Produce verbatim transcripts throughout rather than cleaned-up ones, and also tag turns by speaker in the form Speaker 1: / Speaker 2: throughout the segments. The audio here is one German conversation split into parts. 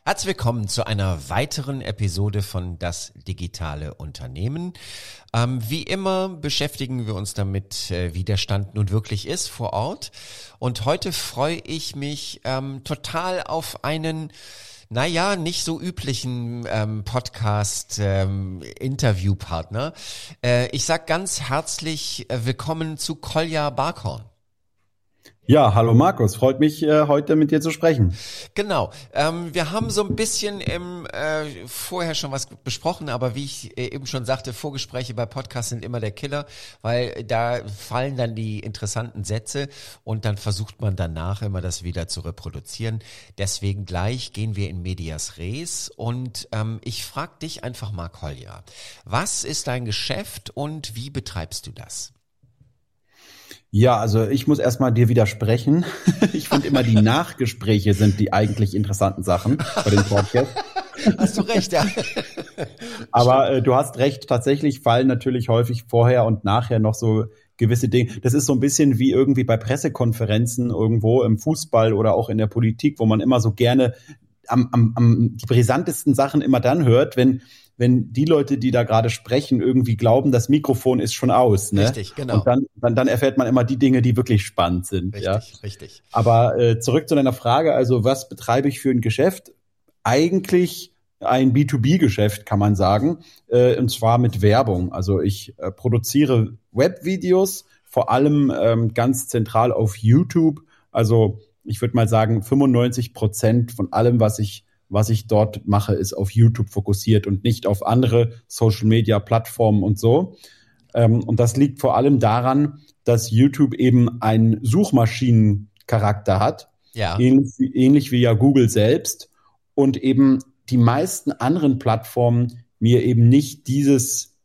Speaker 1: Herzlich willkommen zu einer weiteren Episode von Das digitale Unternehmen. Ähm, wie immer beschäftigen wir uns damit, äh, wie der Stand nun wirklich ist vor Ort. Und heute freue ich mich ähm, total auf einen, naja, nicht so üblichen ähm, Podcast-Interviewpartner. Ähm, äh, ich sag ganz herzlich äh, willkommen zu Kolja Barkhorn.
Speaker 2: Ja, hallo Markus, freut mich, äh, heute mit dir zu sprechen.
Speaker 1: Genau, ähm, wir haben so ein bisschen im äh, vorher schon was besprochen, aber wie ich äh, eben schon sagte, Vorgespräche bei Podcasts sind immer der Killer, weil da fallen dann die interessanten Sätze und dann versucht man danach immer das wieder zu reproduzieren. Deswegen gleich gehen wir in medias res und ähm, ich frage dich einfach mal, Kolja, was ist dein Geschäft und wie betreibst du das?
Speaker 2: Ja, also ich muss erstmal dir widersprechen. Ich finde immer, die Nachgespräche sind die eigentlich interessanten Sachen bei den Podcasts.
Speaker 1: Hast du recht, ja.
Speaker 2: Aber äh, du hast recht, tatsächlich fallen natürlich häufig vorher und nachher noch so gewisse Dinge. Das ist so ein bisschen wie irgendwie bei Pressekonferenzen irgendwo im Fußball oder auch in der Politik, wo man immer so gerne am, am, am die brisantesten Sachen immer dann hört, wenn wenn die Leute, die da gerade sprechen, irgendwie glauben, das Mikrofon ist schon aus. Ne?
Speaker 1: Richtig, genau.
Speaker 2: Und dann, dann, dann erfährt man immer die Dinge, die wirklich spannend sind.
Speaker 1: Richtig,
Speaker 2: ja?
Speaker 1: richtig.
Speaker 2: Aber äh, zurück zu deiner Frage, also was betreibe ich für ein Geschäft? Eigentlich ein B zwei B-Geschäft, kann man sagen, äh, und zwar mit Werbung. Also ich äh, produziere Webvideos, vor allem ähm, ganz zentral auf YouTube. Also ich würde mal sagen, fünfundneunzig Prozent von allem, was ich was ich dort mache, ist auf YouTube fokussiert und nicht auf andere Social-Media-Plattformen und so. Und das liegt vor allem daran, dass YouTube eben einen Suchmaschinencharakter hat,
Speaker 1: ja.
Speaker 2: ähnlich, ähnlich wie ja Google selbst, und eben die meisten anderen Plattformen mir eben nicht dieses,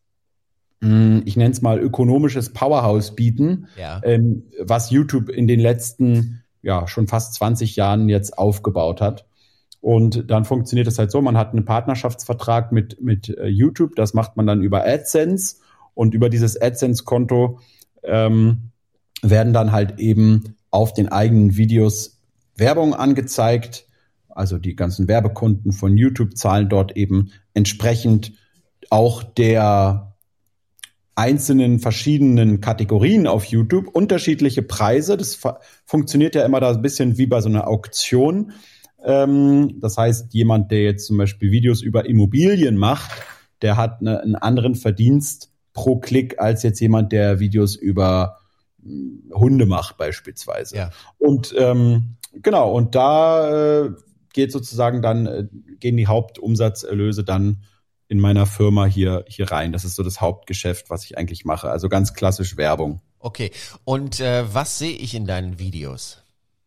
Speaker 2: ich nenne es mal, ökonomisches Powerhouse bieten,
Speaker 1: ja.
Speaker 2: was YouTube in den letzten, ja, schon fast zwanzig Jahren jetzt aufgebaut hat. Und dann funktioniert es halt so, man hat einen Partnerschaftsvertrag mit mit äh, YouTube, das macht man dann über AdSense und über dieses AdSense-Konto ähm, werden dann halt eben auf den eigenen Videos Werbung angezeigt. Also die ganzen Werbekunden von YouTube zahlen dort eben entsprechend auch der einzelnen verschiedenen Kategorien auf YouTube unterschiedliche Preise. Das fa- funktioniert ja immer da ein bisschen wie bei so einer Auktion. Das heißt, jemand, der jetzt zum Beispiel Videos über Immobilien macht, der hat eine, einen anderen Verdienst pro Klick als jetzt jemand, der Videos über Hunde macht beispielsweise.
Speaker 1: Ja.
Speaker 2: Und ähm, genau, und da äh, geht sozusagen dann, äh, gehen die Hauptumsatzerlöse dann in meiner Firma hier hier rein. Das ist so das Hauptgeschäft, was ich eigentlich mache. Also ganz klassisch Werbung.
Speaker 1: Okay, und äh, was sehe ich in deinen Videos?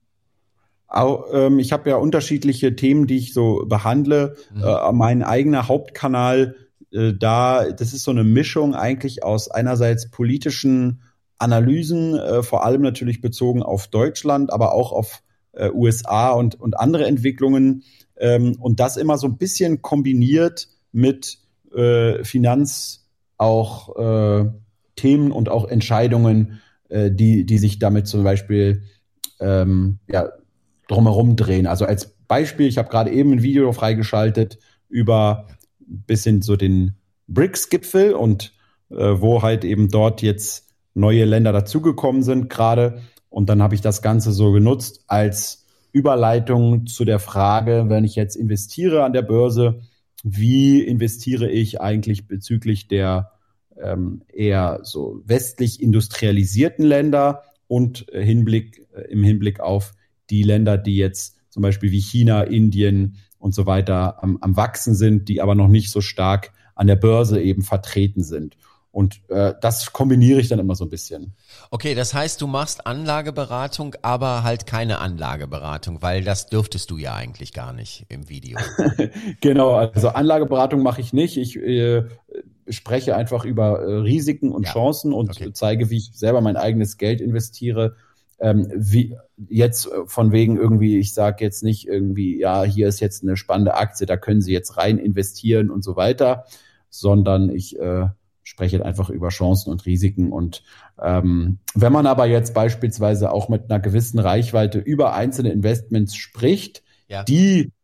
Speaker 2: Ich habe ja unterschiedliche Themen, die ich so behandle. Mhm. Äh, mein eigener Hauptkanal, äh, da, das ist so eine Mischung eigentlich aus einerseits politischen Analysen, äh, vor allem natürlich bezogen auf Deutschland, aber auch auf äh, U S A und, und andere Entwicklungen. Ähm, und das immer so ein bisschen kombiniert mit äh, Finanz, auch äh, Themen und auch Entscheidungen, äh, die, die sich damit zum Beispiel ähm, ja, drumherum drehen. Also als Beispiel, ich habe gerade eben ein Video freigeschaltet über ein bisschen so den BRICS-Gipfel und äh, wo halt eben dort jetzt neue Länder dazugekommen sind gerade. Und dann habe ich das Ganze so genutzt als Überleitung zu der Frage, wenn ich jetzt investiere an der Börse, wie investiere ich eigentlich bezüglich der ähm, eher so westlich industrialisierten Länder und äh, Hinblick, äh, im Hinblick auf die Länder, die jetzt zum Beispiel wie China, Indien und so weiter am, am Wachsen sind, die aber noch nicht so stark an der Börse eben vertreten sind. Und äh, das kombiniere ich dann immer so ein bisschen.
Speaker 1: Okay, das heißt, du machst Anlageberatung, aber halt keine Anlageberatung, weil das dürftest du ja eigentlich gar nicht im Video.
Speaker 2: Genau, also Anlageberatung mache ich nicht. Ich äh, spreche einfach über äh, Risiken und ja. Chancen und okay. zeige, wie ich selber mein eigenes Geld investiere. Ähm, wie jetzt von wegen irgendwie, ich sage jetzt nicht irgendwie, ja, hier ist jetzt eine spannende Aktie, da können Sie jetzt rein investieren und so weiter, sondern ich äh, spreche einfach über Chancen und Risiken. Und ähm, wenn man aber jetzt beispielsweise auch mit einer gewissen Reichweite über einzelne Investments spricht, ja. die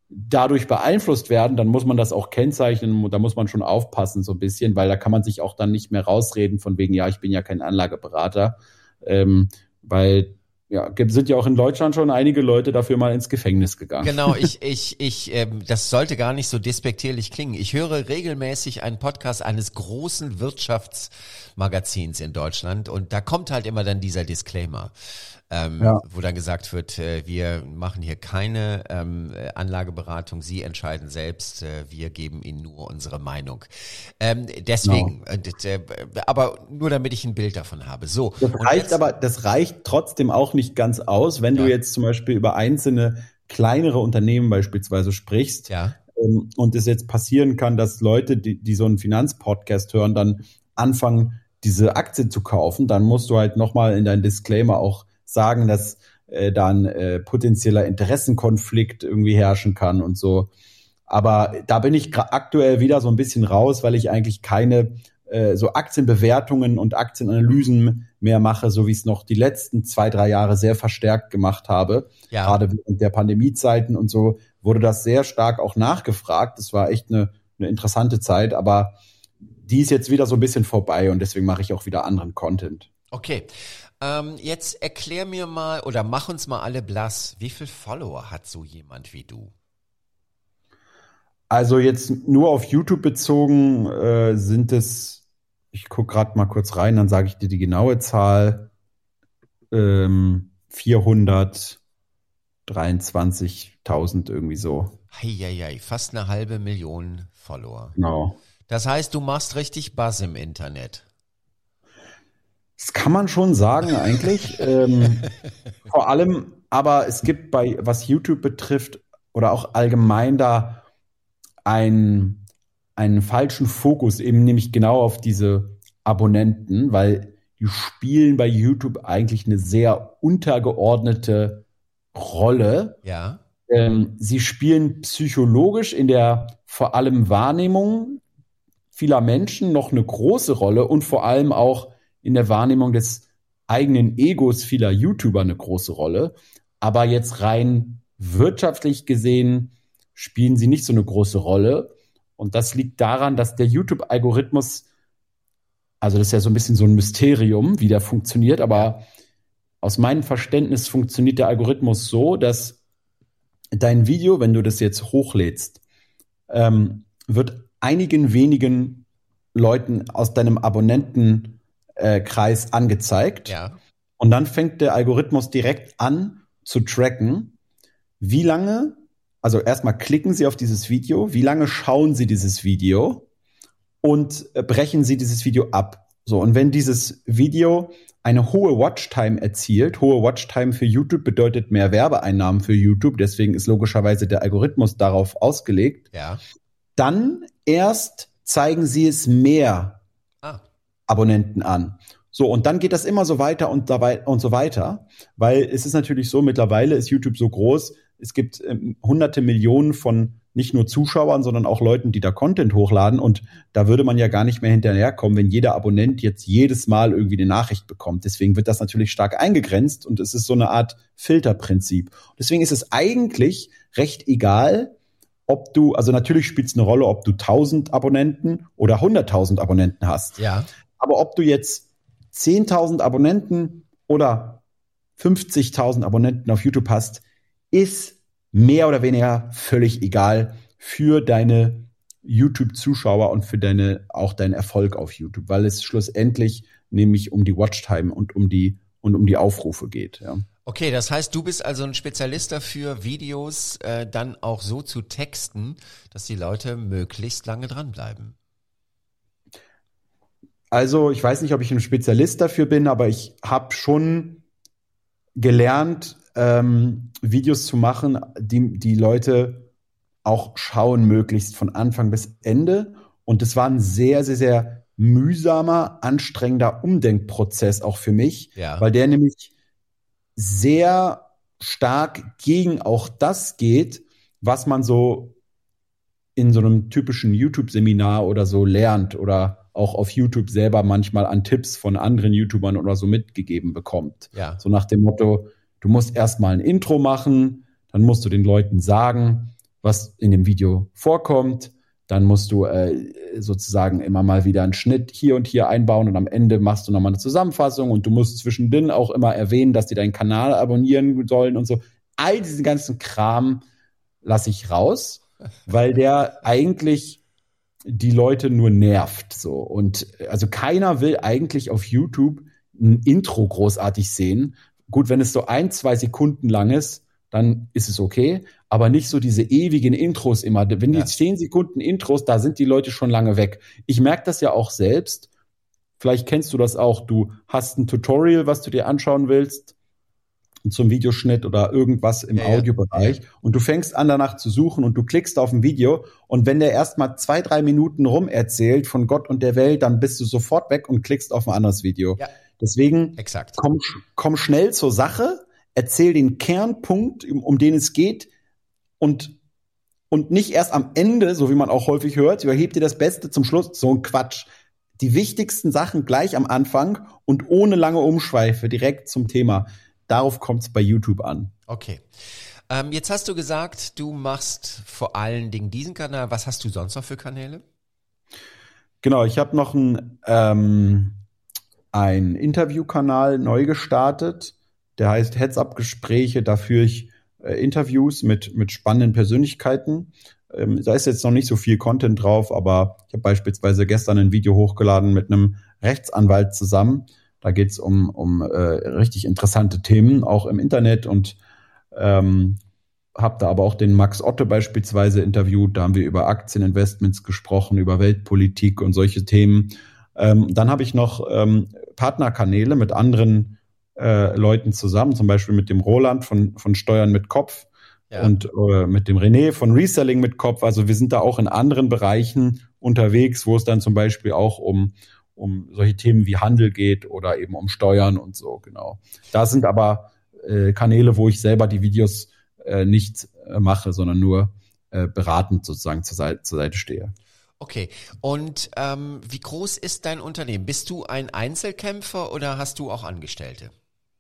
Speaker 2: dadurch beeinflusst werden, dann muss man das auch kennzeichnen, da muss man schon aufpassen so ein bisschen, weil da kann man sich auch dann nicht mehr rausreden von wegen, ja, ich bin ja kein Anlageberater, ähm, weil ja, sind ja auch in Deutschland schon einige Leute dafür mal ins Gefängnis gegangen.
Speaker 1: Genau, ich, ich, ich, ähm, das sollte gar nicht so despektierlich klingen. Ich höre regelmäßig einen Podcast eines großen Wirtschaftsmagazins in Deutschland und da kommt halt immer dann dieser Disclaimer. Ähm, ja. Wo dann gesagt wird, äh, wir machen hier keine ähm, Anlageberatung, Sie entscheiden selbst, äh, wir geben Ihnen nur unsere Meinung. Ähm, deswegen, no. äh, aber nur damit ich ein Bild davon habe. So.
Speaker 2: Das reicht jetzt, aber, das reicht trotzdem auch nicht ganz aus, wenn ja. du jetzt zum Beispiel über einzelne kleinere Unternehmen beispielsweise sprichst.
Speaker 1: Ja.
Speaker 2: Ähm, und es jetzt passieren kann, dass Leute, die, die so einen Finanzpodcast hören, dann anfangen, diese Aktie zu kaufen, dann musst du halt nochmal in deinen Disclaimer auch sagen, dass äh, dann äh, potenzieller Interessenkonflikt irgendwie herrschen kann und so. Aber da bin ich aktuell wieder so ein bisschen raus, weil ich eigentlich keine äh, so Aktienbewertungen und Aktienanalysen mehr mache, so wie ich es noch die letzten zwei, drei Jahre sehr verstärkt gemacht habe. Ja. Gerade während der Pandemiezeiten und so wurde das sehr stark auch nachgefragt. Das war echt eine, eine interessante Zeit, aber die ist jetzt wieder so ein bisschen vorbei und deswegen mache ich auch wieder anderen Content.
Speaker 1: Okay. Ähm, jetzt erklär mir mal oder mach uns mal alle blass, wie viel Follower hat so jemand wie du?
Speaker 2: Also jetzt nur auf YouTube bezogen äh, sind es, ich gucke gerade mal kurz rein, dann sage ich dir die genaue Zahl, ähm, vierhundertdreiundzwanzigtausend irgendwie so.
Speaker 1: Heieiei, fast eine halbe Million Follower.
Speaker 2: Genau.
Speaker 1: Das heißt, du machst richtig Buzz im Internet.
Speaker 2: Das kann man schon sagen eigentlich. ähm, vor allem, aber es gibt bei, was YouTube betrifft oder auch allgemein da ein, einen falschen Fokus, eben nämlich genau auf diese Abonnenten, weil die spielen bei YouTube eigentlich eine sehr untergeordnete Rolle.
Speaker 1: Ja.
Speaker 2: Ähm, sie spielen psychologisch in der vor allem Wahrnehmung vieler Menschen noch eine große Rolle und vor allem auch in der Wahrnehmung des eigenen Egos vieler YouTuber eine große Rolle. Aber jetzt rein wirtschaftlich gesehen spielen sie nicht so eine große Rolle. Und das liegt daran, dass der YouTube-Algorithmus, also das ist ja so ein bisschen so ein Mysterium, wie der funktioniert, aber aus meinem Verständnis funktioniert der Algorithmus so, dass dein Video, wenn du das jetzt hochlädst, ähm, wird einigen wenigen Leuten aus deinem Abonnenten Äh, Kreis angezeigt.
Speaker 1: Ja.
Speaker 2: Und dann fängt der Algorithmus direkt an zu tracken, wie lange, also erstmal klicken Sie auf dieses Video, wie lange schauen Sie dieses Video und äh, brechen Sie dieses Video ab. So, und wenn dieses Video eine hohe Watchtime erzielt, hohe Watchtime für YouTube bedeutet mehr Werbeeinnahmen für YouTube, deswegen ist logischerweise der Algorithmus darauf ausgelegt,
Speaker 1: ja.
Speaker 2: Dann erst zeigen Sie es mehr ah. Abonnenten an. So, und dann geht das immer so weiter und, dabei, und so weiter, weil es ist natürlich so, mittlerweile ist YouTube so groß, es gibt ähm, hunderte Millionen von nicht nur Zuschauern, sondern auch Leuten, die da Content hochladen und da würde man ja gar nicht mehr hinterherkommen, wenn jeder Abonnent jetzt jedes Mal irgendwie eine Nachricht bekommt. Deswegen wird das natürlich stark eingegrenzt und es ist so eine Art Filterprinzip. Deswegen ist es eigentlich recht egal, ob du, also natürlich spielt es eine Rolle, ob du tausend Abonnenten oder hunderttausend Abonnenten hast.
Speaker 1: Ja.
Speaker 2: Aber ob du jetzt zehntausend Abonnenten oder fünfzigtausend Abonnenten auf YouTube hast, ist mehr oder weniger völlig egal für deine YouTube-Zuschauer und für deine, auch deinen Erfolg auf YouTube, weil es schlussendlich nämlich um die Watchtime und um die, und um die Aufrufe geht, ja.
Speaker 1: Okay, das heißt, du bist also ein Spezialist dafür, Videos äh, dann auch so zu texten, dass die Leute möglichst lange dranbleiben.
Speaker 2: Also ich weiß nicht, ob ich ein Spezialist dafür bin, aber ich habe schon gelernt, ähm, Videos zu machen, die die Leute auch schauen, möglichst von Anfang bis Ende. Und das war ein sehr, sehr, sehr mühsamer, anstrengender Umdenkprozess auch für mich,
Speaker 1: ja.
Speaker 2: Weil der nämlich sehr stark gegen auch das geht, was man so in so einem typischen YouTube-Seminar oder so lernt oder auch auf YouTube selber manchmal an Tipps von anderen YouTubern oder so mitgegeben bekommt.
Speaker 1: Ja.
Speaker 2: So nach dem Motto, du musst erstmal ein Intro machen, dann musst du den Leuten sagen, was in dem Video vorkommt. Dann musst du äh, sozusagen immer mal wieder einen Schnitt hier und hier einbauen und am Ende machst du nochmal eine Zusammenfassung und du musst zwischendrin auch immer erwähnen, dass die deinen Kanal abonnieren sollen und so. All diesen ganzen Kram lasse ich raus, weil der eigentlich die Leute nur nervt. So. Und also keiner will eigentlich auf YouTube ein Intro großartig sehen. Gut, wenn es so ein, zwei Sekunden lang ist, dann ist es okay, aber nicht so diese ewigen Intros immer. Wenn die ja. zehn Sekunden Intros, da sind die Leute schon lange weg. Ich merke das ja auch selbst. Vielleicht kennst du das auch. Du hast ein Tutorial, was du dir anschauen willst, zum Videoschnitt oder irgendwas im ja, Audiobereich. Ja. Und du fängst an, danach zu suchen und du klickst auf ein Video. Und wenn der erst mal zwei, drei Minuten rum erzählt von Gott und der Welt, dann bist du sofort weg und klickst auf ein anderes Video. Ja. Deswegen
Speaker 1: Exakt.
Speaker 2: Komm, komm schnell zur Sache. Erzähl den Kernpunkt, um den es geht und, und nicht erst am Ende, so wie man auch häufig hört, überhebt dir das Beste zum Schluss. So ein Quatsch. Die wichtigsten Sachen gleich am Anfang und ohne lange Umschweife direkt zum Thema. Darauf kommt es bei YouTube an.
Speaker 1: Okay. Ähm, jetzt hast du gesagt, du machst vor allen Dingen diesen Kanal. Was hast du sonst noch für Kanäle?
Speaker 2: Genau, ich habe noch ein, ähm, ein Interviewkanal neu gestartet. Der heißt Heads-Up-Gespräche. Da führe ich äh, Interviews mit, mit spannenden Persönlichkeiten. Ähm, da ist jetzt noch nicht so viel Content drauf, aber ich habe beispielsweise gestern ein Video hochgeladen mit einem Rechtsanwalt zusammen. Da geht's um, um äh, richtig interessante Themen, auch im Internet. Und ähm, habe da aber auch den Max Otte beispielsweise interviewt. Da haben wir über Aktieninvestments gesprochen, über Weltpolitik und solche Themen. Ähm, dann habe ich noch ähm, Partnerkanäle mit anderen Äh, Leuten zusammen, zum Beispiel mit dem Roland von, von Steuern mit Kopf ja. und äh, mit dem René von Reselling mit Kopf. Also wir sind da auch in anderen Bereichen unterwegs, wo es dann zum Beispiel auch um, um solche Themen wie Handel geht oder eben um Steuern und so, genau. Da sind aber äh, Kanäle, wo ich selber die Videos äh, nicht äh, mache, sondern nur äh, beratend sozusagen zur Seite, zur Seite stehe.
Speaker 1: Okay, und ähm, wie groß ist dein Unternehmen? Bist du ein Einzelkämpfer oder hast du auch Angestellte?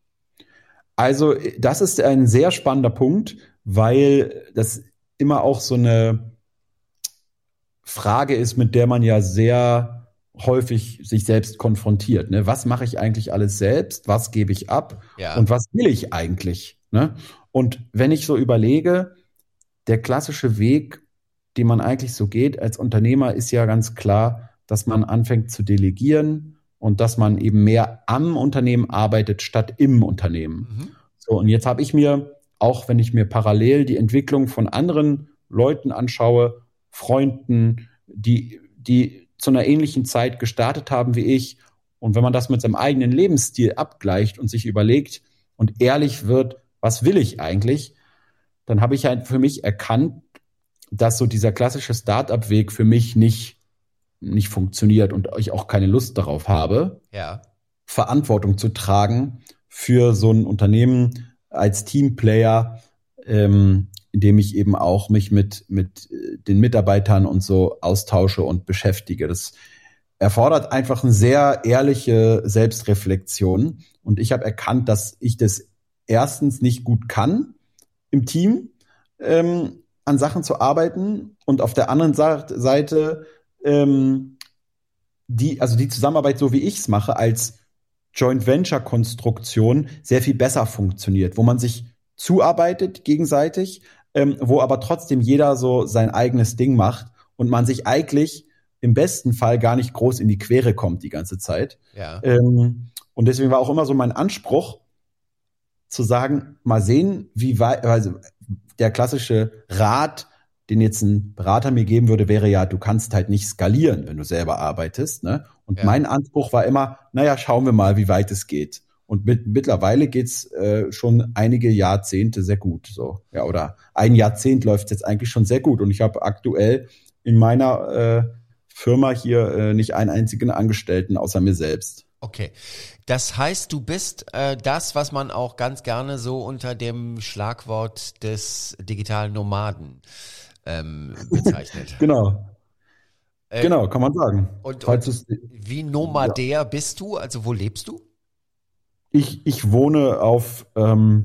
Speaker 2: Also das ist ein sehr spannender Punkt, weil das immer auch so eine Frage ist, mit der man ja sehr häufig sich selbst konfrontiert. Ne? Was mache ich eigentlich alles selbst? Was gebe ich ab? Ja. Und was will ich eigentlich? Ne? Und wenn ich so überlege, der klassische Weg, den man eigentlich so geht als Unternehmer, ist ja ganz klar, dass man anfängt zu delegieren und dass man eben mehr am Unternehmen arbeitet statt im Unternehmen. Mhm. So, und jetzt habe ich mir, auch wenn ich mir parallel die Entwicklung von anderen Leuten anschaue, Freunden, die, die zu einer ähnlichen Zeit gestartet haben wie ich, und wenn man das mit seinem eigenen Lebensstil abgleicht und sich überlegt und ehrlich wird, was will ich eigentlich, dann habe ich halt für mich erkannt, dass so dieser klassische Start-up-Weg für mich nicht, nicht funktioniert und ich auch keine Lust darauf habe,
Speaker 1: ja.
Speaker 2: Verantwortung zu tragen für so ein Unternehmen als Teamplayer, ähm, indem ich eben auch mich mit, mit den Mitarbeitern und so austausche und beschäftige. Das erfordert einfach eine sehr ehrliche Selbstreflexion. Und ich habe erkannt, dass ich das erstens nicht gut kann, im Team ähm, an Sachen zu arbeiten und auf der anderen Seite ähm, die, also die Zusammenarbeit, so wie ich es mache, als Joint-Venture-Konstruktion sehr viel besser funktioniert, wo man sich zuarbeitet gegenseitig, ähm, wo aber trotzdem jeder so sein eigenes Ding macht und man sich eigentlich im besten Fall gar nicht groß in die Quere kommt die ganze Zeit.
Speaker 1: Ja.
Speaker 2: Ähm, und deswegen war auch immer so mein Anspruch, zu sagen, mal sehen, wie weit, also der klassische Rat, den jetzt ein Berater mir geben würde, wäre ja, du kannst halt nicht skalieren, wenn du selber arbeitest, ne? Und ja. mein Anspruch war immer, naja, schauen wir mal, wie weit es geht. Und mit, mittlerweile geht's äh, schon einige Jahrzehnte sehr gut, so. Ja, oder ein Jahrzehnt läuft jetzt eigentlich schon sehr gut. Und ich habe aktuell in meiner äh, Firma hier äh, nicht einen einzigen Angestellten außer mir selbst.
Speaker 1: Okay, das heißt, du bist äh, das, was man auch ganz gerne so unter dem Schlagwort des digitalen Nomaden ähm, bezeichnet.
Speaker 2: Genau.
Speaker 1: Äh,
Speaker 2: genau, kann man sagen.
Speaker 1: Und, und es, wie nomadär ja. bist du? Also wo lebst du?
Speaker 2: Ich, ich wohne auf ähm,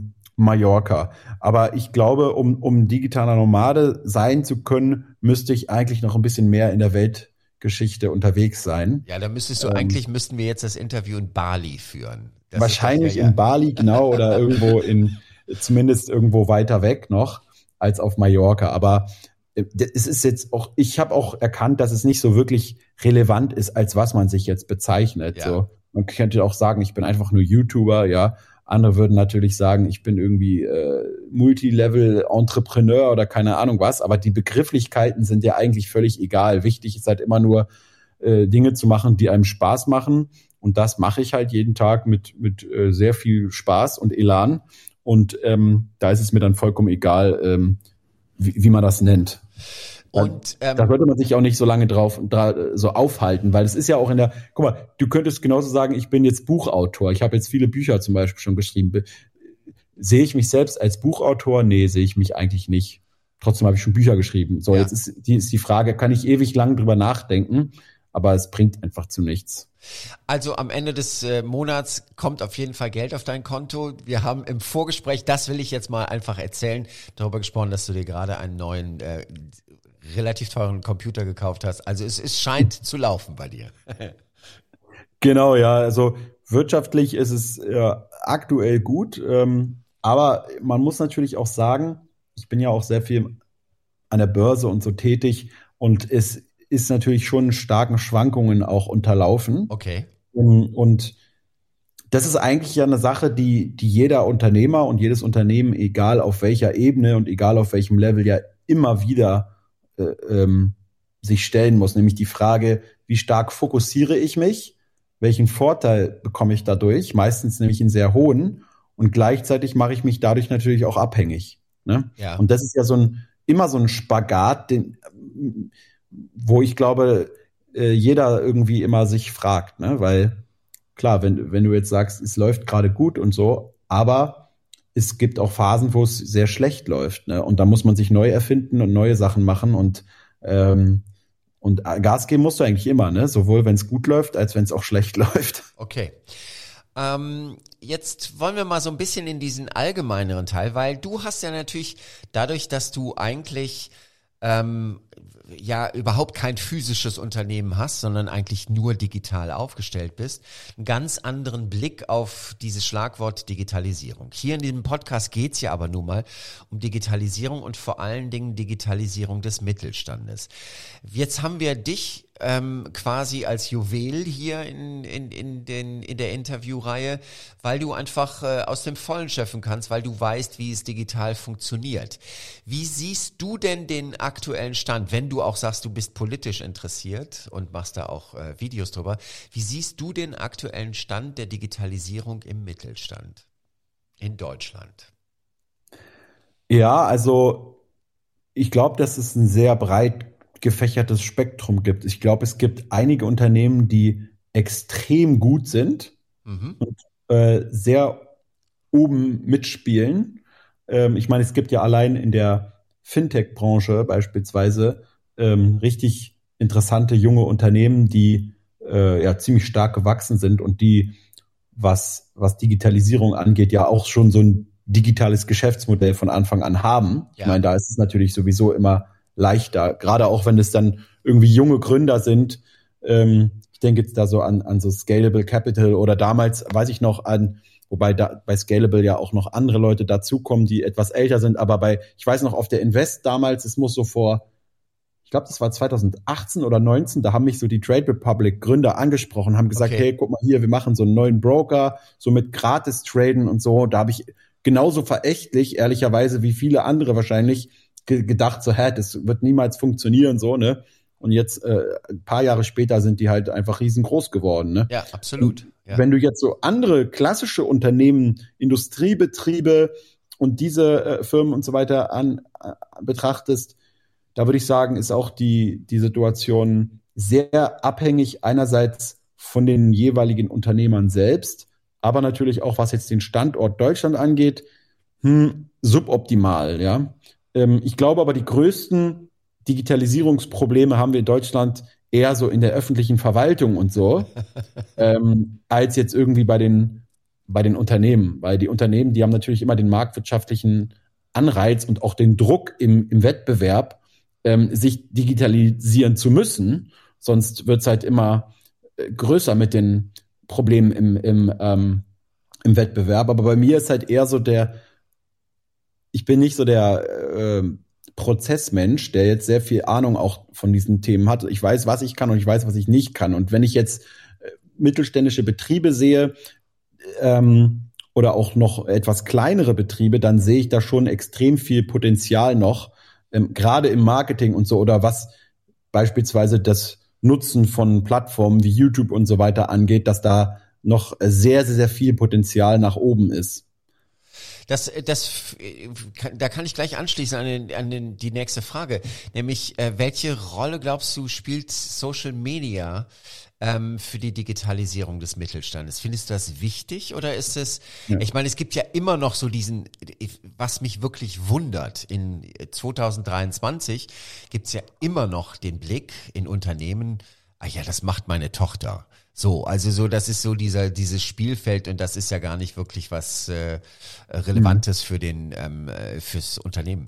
Speaker 2: Mallorca. Aber ich glaube, um, um digitaler Nomade sein zu können, müsste ich eigentlich noch ein bisschen mehr in der Weltgeschichte unterwegs sein.
Speaker 1: Ja, da müsstest du
Speaker 2: ähm,
Speaker 1: eigentlich, müssten wir jetzt das Interview in Bali führen. Das
Speaker 2: wahrscheinlich
Speaker 1: doch, ja, ja.
Speaker 2: in Bali, genau, oder irgendwo in, zumindest irgendwo weiter weg noch als auf Mallorca. Aber es ist jetzt auch, ich habe auch erkannt, dass es nicht so wirklich relevant ist, als was man sich jetzt bezeichnet.
Speaker 1: Ja.
Speaker 2: So, man könnte auch sagen, ich bin einfach nur YouTuber, ja. Andere würden natürlich sagen, ich bin irgendwie äh, Multilevel-Entrepreneur oder keine Ahnung was. Aber die Begrifflichkeiten sind ja eigentlich völlig egal. Wichtig ist halt immer nur, äh, Dinge zu machen, die einem Spaß machen. Und das mache ich halt jeden Tag mit mit äh, sehr viel Spaß und Elan. Und ähm, da ist es mir dann vollkommen egal, ähm, wie, wie man das nennt.
Speaker 1: Und ähm,
Speaker 2: da sollte man sich auch nicht so lange drauf dra- so aufhalten, weil es ist ja auch in der, guck mal, du könntest genauso sagen, ich bin jetzt Buchautor, ich habe jetzt viele Bücher zum Beispiel schon geschrieben. Be- Sehe ich mich selbst als Buchautor? Nee, sehe ich mich eigentlich nicht. Trotzdem habe ich schon Bücher geschrieben. So,
Speaker 1: Ja.
Speaker 2: jetzt ist die, ist die Frage, kann ich ewig lang drüber nachdenken, aber es bringt einfach zu nichts.
Speaker 1: Also am Ende des äh, Monats kommt auf jeden Fall Geld auf dein Konto. Wir haben im Vorgespräch, das will ich jetzt mal einfach erzählen, darüber gesprochen, dass du dir gerade einen neuen, äh, relativ teuren Computer gekauft hast. Also es, es scheint zu laufen bei dir.
Speaker 2: Genau, ja, also wirtschaftlich ist es äh, aktuell gut, ähm, aber man muss natürlich auch sagen, ich bin ja auch sehr viel an der Börse und so tätig und es ist natürlich schon starken Schwankungen auch unterlaufen.
Speaker 1: Okay.
Speaker 2: Und, und das ist eigentlich ja eine Sache, die, die jeder Unternehmer und jedes Unternehmen, egal auf welcher Ebene und egal auf welchem Level, ja immer wieder äh, ähm, sich stellen muss. Nämlich die Frage, wie stark fokussiere ich mich? Welchen Vorteil bekomme ich dadurch? Meistens nämlich einen sehr hohen. Und gleichzeitig mache ich mich dadurch natürlich auch abhängig. Ne?
Speaker 1: Ja.
Speaker 2: Und das ist ja so ein, immer so ein Spagat, den, wo ich glaube, äh, jeder irgendwie immer sich fragt, ne? Weil klar, wenn, wenn du jetzt sagst, es läuft gerade gut und so, aber es gibt auch Phasen, wo es sehr schlecht läuft, ne? Und da muss man sich neu erfinden und neue Sachen machen und ähm, und Gas geben musst du eigentlich immer, ne? Sowohl wenn es gut läuft, als wenn es auch schlecht läuft.
Speaker 1: Okay. Ähm, jetzt wollen wir mal so ein bisschen in diesen allgemeineren Teil, weil du hast ja natürlich dadurch, dass du eigentlich ähm, ja überhaupt kein physisches Unternehmen hast, sondern eigentlich nur digital aufgestellt bist, einen ganz anderen Blick auf dieses Schlagwort Digitalisierung. Hier in diesem Podcast geht's ja aber nun mal um Digitalisierung und vor allen Dingen Digitalisierung des Mittelstandes. Jetzt haben wir dich ähm, quasi als Juwel hier in, in, in, den, in der Interviewreihe, weil du einfach äh, aus dem Vollen schöpfen kannst, weil du weißt, wie es digital funktioniert. Wie siehst du denn den aktuellen Stand, wenn du auch sagst, du bist politisch interessiert und machst da auch äh, Videos drüber, wie siehst du den aktuellen Stand der Digitalisierung im Mittelstand in Deutschland?
Speaker 2: Ja, also ich glaube, dass es ein sehr breit gefächertes Spektrum gibt. Ich glaube, es gibt einige Unternehmen, die extrem gut sind
Speaker 1: Mhm.
Speaker 2: und äh, sehr oben mitspielen. Ähm, ich meine, es gibt ja allein in der Fintech-Branche beispielsweise ähm, richtig interessante junge Unternehmen, die äh, ja ziemlich stark gewachsen sind und die, was, was Digitalisierung angeht, ja auch schon so ein digitales Geschäftsmodell von Anfang an haben.
Speaker 1: Ja.
Speaker 2: Ich meine, da ist es natürlich sowieso immer leichter, gerade auch wenn es dann irgendwie junge Gründer sind. Ähm, ich denke jetzt da so an, an so Scalable Capital oder damals weiß ich noch an, wobei da bei Scalable ja auch noch andere Leute dazukommen, die etwas älter sind, aber bei, ich weiß noch, auf der Invest damals, es muss so vor, ich glaube, das war zwanzig achtzehn oder neunzehn, da haben mich so die Trade Republic Gründer angesprochen, haben gesagt,
Speaker 1: Okay.
Speaker 2: hey, guck mal hier, wir machen so einen neuen Broker, so mit gratis Traden und so. Da habe ich genauso verächtlich, ehrlicherweise, wie viele andere wahrscheinlich ge- gedacht, so, hä, das wird niemals funktionieren, so, ne? Und jetzt, äh, ein paar Jahre später sind die halt einfach riesengroß geworden, ne?
Speaker 1: Ja, absolut. Ja.
Speaker 2: Wenn du jetzt so andere klassische Unternehmen, Industriebetriebe und diese äh, Firmen und so weiter an äh, betrachtest, da würde ich sagen, ist auch die, die Situation sehr abhängig einerseits von den jeweiligen Unternehmern selbst, aber natürlich auch, was jetzt den Standort Deutschland angeht, hm, suboptimal, ja. Ähm, ich glaube aber, die größten Digitalisierungsprobleme haben wir in Deutschland eher so in der öffentlichen Verwaltung und so, ähm, als jetzt irgendwie bei den bei den Unternehmen, weil die Unternehmen, die haben natürlich immer den marktwirtschaftlichen Anreiz und auch den Druck im, im Wettbewerb, ähm, sich digitalisieren zu müssen. Sonst wird's halt immer äh, größer mit den Problemen im, im, ähm, im Wettbewerb. Aber bei mir ist halt eher so der, ich bin nicht so der äh, Prozessmensch, der jetzt sehr viel Ahnung auch von diesen Themen hat. Ich weiß, was ich kann und ich weiß, was ich nicht kann. Und wenn ich jetzt äh, mittelständische Betriebe sehe, ähm, oder auch noch etwas kleinere Betriebe, dann sehe ich da schon extrem viel Potenzial noch, ähm, gerade im Marketing und so, oder was beispielsweise das Nutzen von Plattformen wie YouTube und so weiter angeht, dass da noch sehr, sehr, sehr viel Potenzial nach oben ist.
Speaker 1: Das, das, da kann ich gleich anschließen an, den, an den, die nächste Frage, nämlich äh, welche Rolle glaubst du spielt Social Media ähm, für die Digitalisierung des Mittelstandes? Findest du das wichtig oder ist es? Ja. Ich meine, es gibt ja immer noch so diesen, was mich wirklich wundert, in zwanzig dreiundzwanzig gibt's ja immer noch den Blick in Unternehmen. Ah ja, das macht meine Tochter. So, also so, das ist so dieser dieses Spielfeld und das ist ja gar nicht wirklich was äh, Relevantes für den ähm, fürs Unternehmen.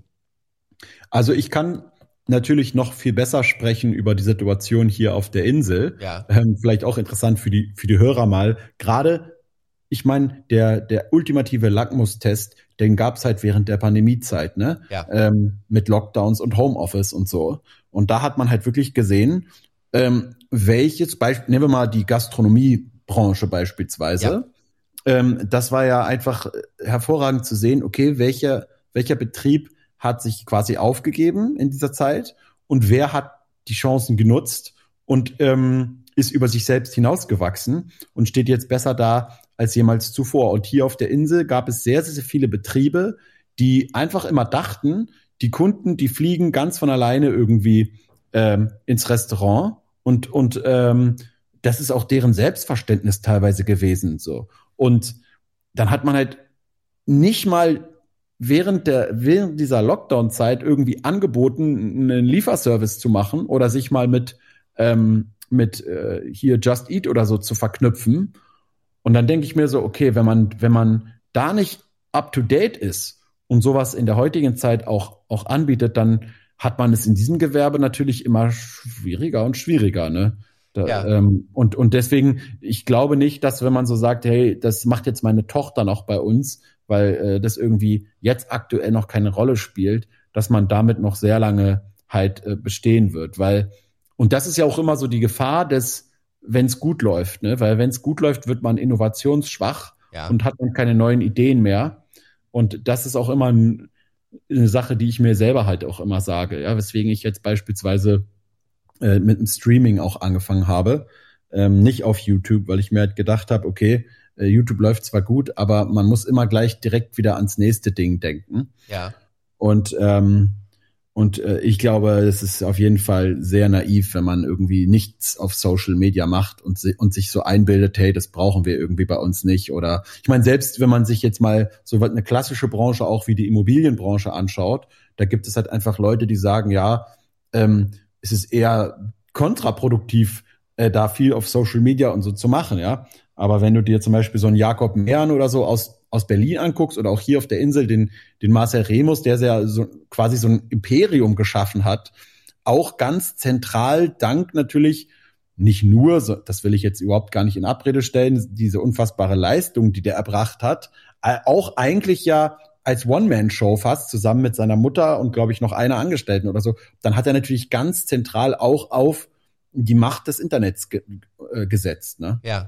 Speaker 2: Also ich kann natürlich noch viel besser sprechen über die Situation hier auf der Insel.
Speaker 1: Ja.
Speaker 2: Ähm, vielleicht auch interessant für die für die Hörer mal. Gerade, ich meine, der der ultimative Lackmustest, den gab's halt während der Pandemiezeit, ne?
Speaker 1: Ja.
Speaker 2: Ähm, mit Lockdowns und Homeoffice und so. Und da hat man halt wirklich gesehen, ähm, welches Beispiel, nehmen wir mal die Gastronomiebranche beispielsweise. Ja. Ähm, das war ja einfach hervorragend zu sehen, okay, welcher, welcher Betrieb hat sich quasi aufgegeben in dieser Zeit und wer hat die Chancen genutzt und ähm, ist über sich selbst hinausgewachsen und steht jetzt besser da als jemals zuvor. Und hier auf der Insel gab es sehr, sehr, sehr viele Betriebe, die einfach immer dachten, die Kunden, die fliegen ganz von alleine irgendwie ähm, ins Restaurant. Und, und ähm, das ist auch deren Selbstverständnis teilweise gewesen. So. Und dann hat man halt nicht mal während der während dieser Lockdown-Zeit irgendwie angeboten, einen Lieferservice zu machen oder sich mal mit ähm, mit äh, hier Just Eat oder so zu verknüpfen. Und dann denke ich mir so, okay, wenn man wenn man da nicht up to date ist und sowas in der heutigen Zeit auch auch anbietet, dann hat man es in diesem Gewerbe natürlich immer schwieriger und schwieriger, ne? Da, ja. ähm, und, und deswegen, ich glaube nicht, dass wenn man so sagt, hey, das macht jetzt meine Tochter noch bei uns, weil äh, das irgendwie jetzt aktuell noch keine Rolle spielt, dass man damit noch sehr lange halt äh, bestehen wird. Weil, und das ist ja auch immer so die Gefahr des, wenn es gut läuft, ne? Weil wenn es gut läuft, wird man innovationsschwach ja. und hat dann keine neuen Ideen mehr. Und das ist auch immer ein eine Sache, die ich mir selber halt auch immer sage, ja, weswegen ich jetzt beispielsweise äh, mit dem Streaming auch angefangen habe, ähm, nicht auf YouTube, weil ich mir halt gedacht habe, okay, äh, YouTube läuft zwar gut, aber man muss immer gleich direkt wieder ans nächste Ding denken.
Speaker 1: Ja.
Speaker 2: Und ähm, und äh, ich glaube, es ist auf jeden Fall sehr naiv, wenn man irgendwie nichts auf Social Media macht und, si- und sich so einbildet, hey, das brauchen wir irgendwie bei uns nicht. Oder ich meine, selbst wenn man sich jetzt mal so eine klassische Branche auch wie die Immobilienbranche anschaut, da gibt es halt einfach Leute, die sagen, ja, ähm, es ist eher kontraproduktiv, äh, da viel auf Social Media und so zu machen, ja. Aber wenn du dir zum Beispiel so einen Jakob Mehren oder so aus aus Berlin anguckst oder auch hier auf der Insel den den Marcel Remus, der sehr so quasi so ein Imperium geschaffen hat, auch ganz zentral dank natürlich nicht nur, so, das will ich jetzt überhaupt gar nicht in Abrede stellen, diese unfassbare Leistung, die der erbracht hat, auch eigentlich ja als One-Man-Show fast, zusammen mit seiner Mutter und glaube ich noch einer Angestellten oder so, dann hat er natürlich ganz zentral auch auf die Macht des Internets ge- äh, gesetzt, ne?
Speaker 1: Ja.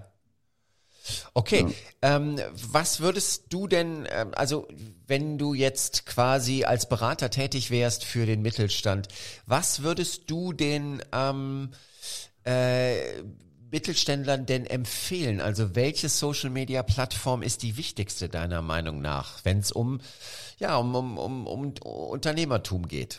Speaker 1: Okay, ja. ähm, was würdest du denn, ähm, also wenn du jetzt quasi als Berater tätig wärst für den Mittelstand, was würdest du den ähm, äh, Mittelständlern denn empfehlen? Also welche Social-Media-Plattform ist die wichtigste deiner Meinung nach, wenn es um, ja, um, um, um, um Unternehmertum geht?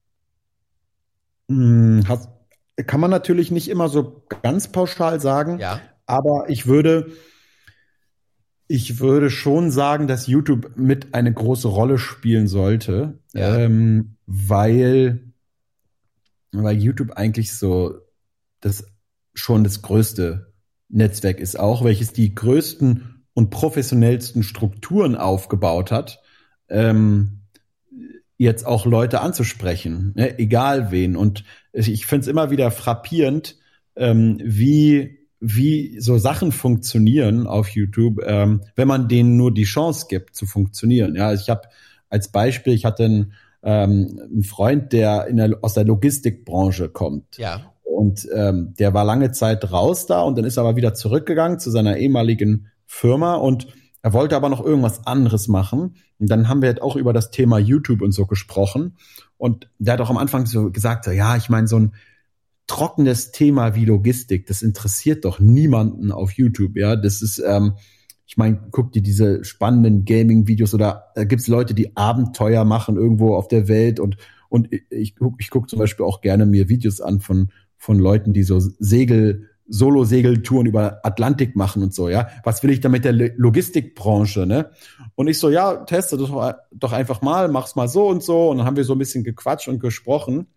Speaker 2: Hm, hast, kann man natürlich nicht immer so ganz pauschal sagen,
Speaker 1: ja.
Speaker 2: aber ich würde Ich würde schon sagen, dass YouTube mit eine große Rolle spielen sollte,
Speaker 1: ja.
Speaker 2: ähm, weil, weil YouTube eigentlich so das schon das größte Netzwerk ist auch, welches die größten und professionellsten Strukturen aufgebaut hat, ähm, jetzt auch Leute anzusprechen, ne? Egal wen. Und ich finde es immer wieder frappierend, ähm, wie wie so Sachen funktionieren auf YouTube, ähm, wenn man denen nur die Chance gibt zu funktionieren. Ja, also ich habe als Beispiel, ich hatte einen, ähm, einen Freund, der, in der aus der Logistikbranche kommt.
Speaker 1: Ja.
Speaker 2: Und ähm, der war lange Zeit raus da und dann ist er aber wieder zurückgegangen zu seiner ehemaligen Firma und er wollte aber noch irgendwas anderes machen. Und dann haben wir halt auch über das Thema YouTube und so gesprochen. Und der hat auch am Anfang so gesagt, so, ja, ich meine, so ein trockenes Thema wie Logistik, das interessiert doch niemanden auf YouTube, ja. Das ist, ähm, ich meine, guck dir diese spannenden Gaming-Videos oder da gibt's Leute, die Abenteuer machen irgendwo auf der Welt und und ich guck, ich guck zum Beispiel auch gerne mir Videos an von von Leuten, die so Segel Solo-Segeltouren über Atlantik machen und so, ja. Was will ich da mit der Logistikbranche, ne? Und ich so, ja, teste das doch einfach mal, mach's mal so und so. Und dann haben wir so ein bisschen gequatscht und gesprochen.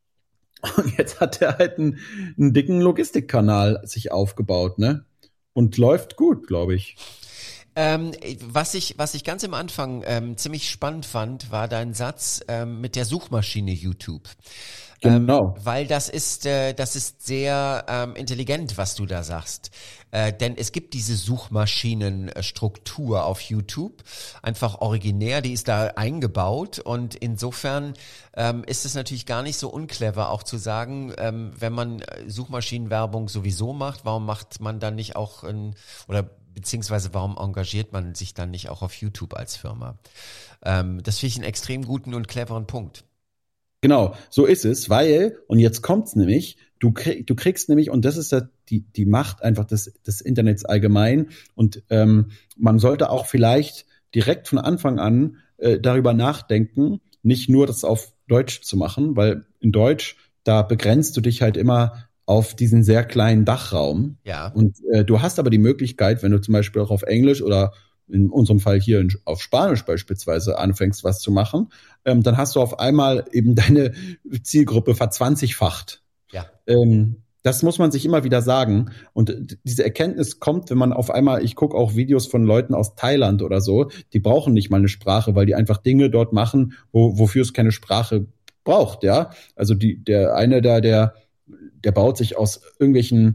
Speaker 2: Und jetzt hat er halt einen, einen dicken Logistikkanal sich aufgebaut, ne? Und läuft gut, glaube ich.
Speaker 1: Ähm, was ich, was ich ganz am Anfang ähm, ziemlich spannend fand, war dein Satz ähm, mit der Suchmaschine YouTube.
Speaker 2: Genau.
Speaker 1: Ähm, weil das ist, äh, das ist sehr ähm, intelligent, was du da sagst. Äh, denn es gibt diese Suchmaschinenstruktur auf YouTube, einfach originär, die ist da eingebaut und insofern ähm, ist es natürlich gar nicht so unclever auch zu sagen, ähm, wenn man Suchmaschinenwerbung sowieso macht, warum macht man dann nicht auch ein, oder beziehungsweise warum engagiert man sich dann nicht auch auf YouTube als Firma? Ähm, das finde ich einen extrem guten und cleveren Punkt.
Speaker 2: Genau, so ist es, weil, und jetzt kommt's nämlich, du, krieg, du kriegst nämlich, und das ist ja die, die Macht einfach des, des Internets allgemein, und ähm, man sollte auch vielleicht direkt von Anfang an äh, darüber nachdenken, nicht nur das auf Deutsch zu machen, weil in Deutsch, da begrenzt du dich halt immer auf diesen sehr kleinen Dachraum.
Speaker 1: Ja.
Speaker 2: Und äh, du hast aber die Möglichkeit, wenn du zum Beispiel auch auf Englisch oder in unserem Fall hier in, auf Spanisch beispielsweise anfängst, was zu machen, ähm, dann hast du auf einmal eben deine Zielgruppe verzwanzigfacht.
Speaker 1: Ja.
Speaker 2: Ähm, das muss man sich immer wieder sagen. Und diese Erkenntnis kommt, wenn man auf einmal, ich gucke auch Videos von Leuten aus Thailand oder so, die brauchen nicht mal eine Sprache, weil die einfach Dinge dort machen, wo, wofür es keine Sprache braucht, ja. Also die, der eine da, der, der baut sich aus irgendwelchen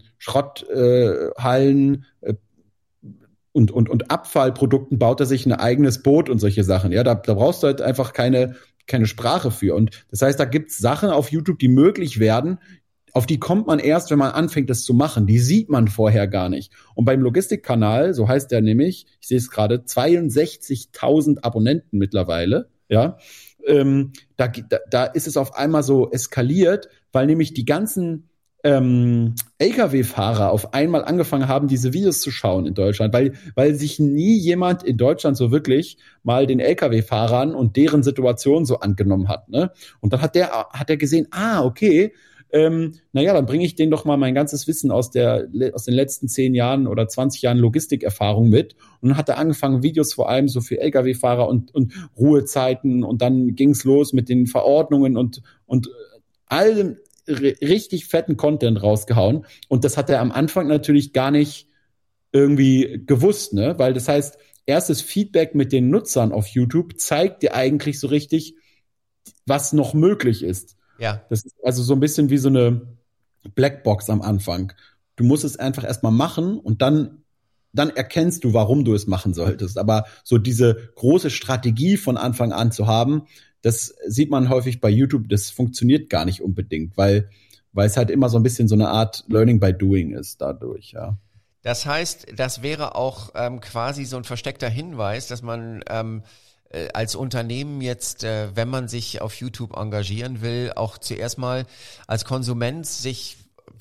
Speaker 2: Schrotthallen, äh, Und, und, und Abfallprodukten baut er sich ein eigenes Boot und solche Sachen. Ja, da, da brauchst du halt einfach keine, keine Sprache für. Und das heißt, da gibt's Sachen auf YouTube, die möglich werden, auf die kommt man erst, wenn man anfängt, das zu machen. Die sieht man vorher gar nicht. Und beim Logistikkanal, so heißt der nämlich, ich sehe es gerade, zweiundsechzigtausend Abonnenten mittlerweile, ja, ähm, da, da, da ist es auf einmal so eskaliert, weil nämlich die ganzen Ähm, L K W-Fahrer auf einmal angefangen haben, diese Videos zu schauen in Deutschland, weil, weil sich nie jemand in Deutschland so wirklich mal den L K W-Fahrern und deren Situation so angenommen hat, ne? Und dann hat der, hat er gesehen, ah, okay, ähm, naja, dann bringe ich denen doch mal mein ganzes Wissen aus der, aus den letzten zehn Jahren oder zwanzig Jahren Logistikerfahrung mit. Und dann hat er angefangen, Videos vor allem so für L K W-Fahrer und, und Ruhezeiten, und dann ging's los mit den Verordnungen und, und allem, richtig fetten Content rausgehauen. Und das hat er am Anfang natürlich gar nicht irgendwie gewusst, ne? Weil das heißt, erstes Feedback mit den Nutzern auf YouTube zeigt dir eigentlich so richtig, was noch möglich ist.
Speaker 1: Ja.
Speaker 2: Das ist also so ein bisschen wie so eine Blackbox am Anfang. Du musst es einfach erstmal machen und dann dann erkennst du, warum du es machen solltest. Aber so diese große Strategie von Anfang an zu haben, das sieht man häufig bei YouTube, das funktioniert gar nicht unbedingt, weil, weil es halt immer so ein bisschen so eine Art Learning by Doing ist dadurch, ja.
Speaker 1: Das heißt, das wäre auch ähm, quasi so ein versteckter Hinweis, dass man ähm, äh, als Unternehmen jetzt, äh, wenn man sich auf YouTube engagieren will, auch zuerst mal als Konsument sich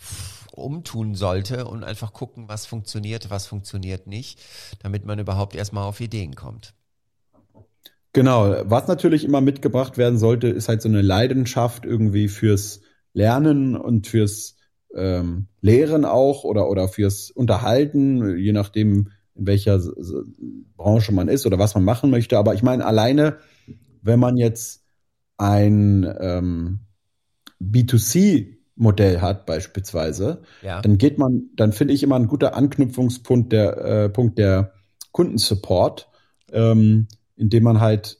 Speaker 1: umtun sollte und einfach gucken, was funktioniert, was funktioniert nicht, damit man überhaupt erstmal auf Ideen kommt.
Speaker 2: Genau, was natürlich immer mitgebracht werden sollte, ist halt so eine Leidenschaft irgendwie fürs Lernen und fürs ähm, Lehren auch oder oder fürs Unterhalten, je nachdem, in welcher S- S- Branche man ist oder was man machen möchte. Aber ich meine, alleine, wenn man jetzt ein ähm, B zwei C Modell hat beispielsweise,
Speaker 1: Ja.
Speaker 2: dann geht man, dann finde ich immer ein guter Anknüpfungspunkt der äh, Punkt der Kundensupport, ähm, indem man halt